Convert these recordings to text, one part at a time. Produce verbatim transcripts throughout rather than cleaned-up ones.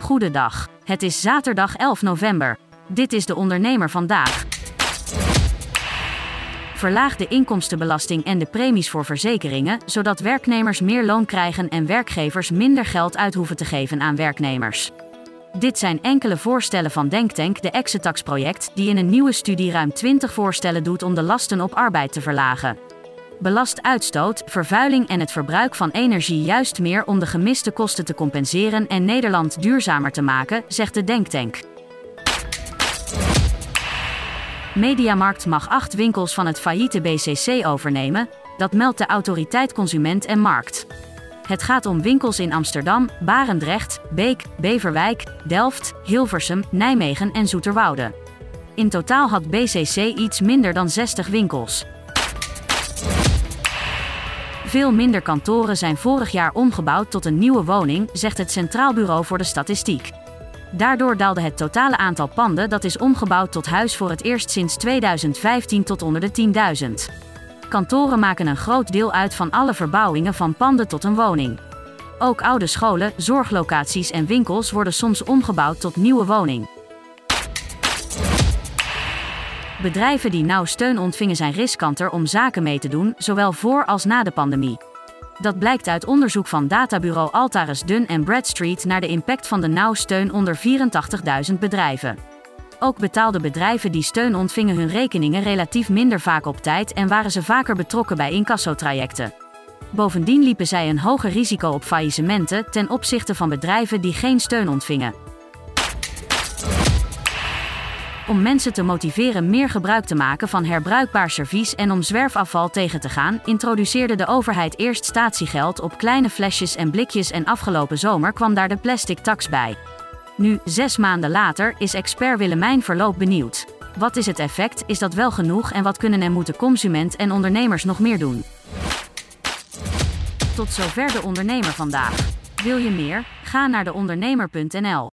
Goedendag. Het is zaterdag elf november. Dit is de ondernemer vandaag. Verlaag de inkomstenbelasting en de premies voor verzekeringen, zodat werknemers meer loon krijgen en werkgevers minder geld uit hoeven te geven aan werknemers. Dit zijn enkele voorstellen van Denktank, de Exetax-project, die in een nieuwe studie ruim twintig voorstellen doet om de lasten op arbeid te verlagen. Belast uitstoot, vervuiling en het verbruik van energie juist meer om de gemiste kosten te compenseren en Nederland duurzamer te maken, zegt de Denktank. Mediamarkt mag acht winkels van het failliete B C C overnemen, dat meldt de Autoriteit Consument en Markt. Het gaat om winkels in Amsterdam, Barendrecht, Beek, Beverwijk, Delft, Hilversum, Nijmegen en Zoeterwoude. In totaal had B C C iets minder dan zestig winkels. Veel minder kantoren zijn vorig jaar omgebouwd tot een nieuwe woning, zegt het Centraal Bureau voor de Statistiek. Daardoor daalde het totale aantal panden dat is omgebouwd tot huis voor het eerst sinds tweeduizend vijftien tot onder de tienduizend. Kantoren maken een groot deel uit van alle verbouwingen van panden tot een woning. Ook oude scholen, zorglocaties en winkels worden soms omgebouwd tot nieuwe woning. Bedrijven die nauw steun ontvingen zijn riskanter om zaken mee te doen, zowel voor als na de pandemie. Dat blijkt uit onderzoek van databureau Altaris Dun en Bradstreet naar de impact van de nauw steun onder vierentachtigduizend bedrijven. Ook betaalden bedrijven die steun ontvingen hun rekeningen relatief minder vaak op tijd en waren ze vaker betrokken bij incassotrajecten. Bovendien liepen zij een hoger risico op faillissementen ten opzichte van bedrijven die geen steun ontvingen. Om mensen te motiveren meer gebruik te maken van herbruikbaar servies en om zwerfafval tegen te gaan, introduceerde de overheid eerst statiegeld op kleine flesjes en blikjes en afgelopen zomer kwam daar de plastic tax bij. Nu, zes maanden later, is expert Willemijn Verloop benieuwd. Wat is het effect? Is dat wel genoeg en wat kunnen en moeten consument en ondernemers nog meer doen? Tot zover de ondernemer vandaag. Wil je meer? Ga naar de ondernemer punt n l.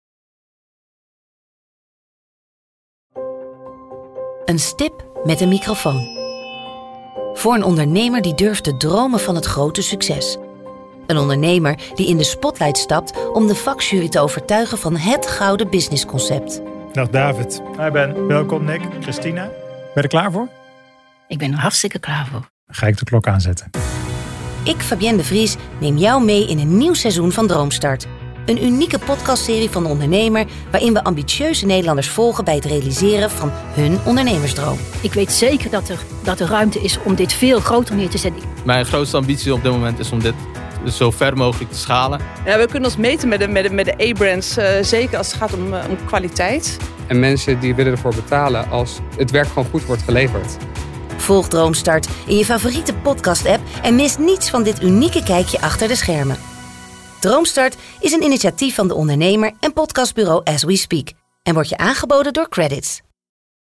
Een stip met een microfoon. Voor een ondernemer die durft te dromen van het grote succes. Een ondernemer die in de spotlight stapt om de vakjury te overtuigen van het gouden businessconcept. Dag David. Hi Ben. Welkom Nick. Christina. Ben je er klaar voor? Ik ben er hartstikke klaar voor. Dan ga ik de klok aanzetten. Ik, Fabienne de Vries, neem jou mee in een nieuw seizoen van Droomstart. Een unieke podcastserie van de ondernemer waarin we ambitieuze Nederlanders volgen bij het realiseren van hun ondernemersdroom. Ik weet zeker dat er, dat er ruimte is om dit veel groter neer te zetten. Mijn grootste ambitie op dit moment is om dit zo ver mogelijk te schalen. Ja, we kunnen ons meten met de, met de, met de A-brands, uh, zeker als het gaat om, uh, om kwaliteit. En mensen die willen ervoor betalen als het werk gewoon goed wordt geleverd. Volg Droomstart in je favoriete podcast-app en mis niets van dit unieke kijkje achter de schermen. Droomstart is een initiatief van de ondernemer en podcastbureau As We Speak en wordt je aangeboden door Credits.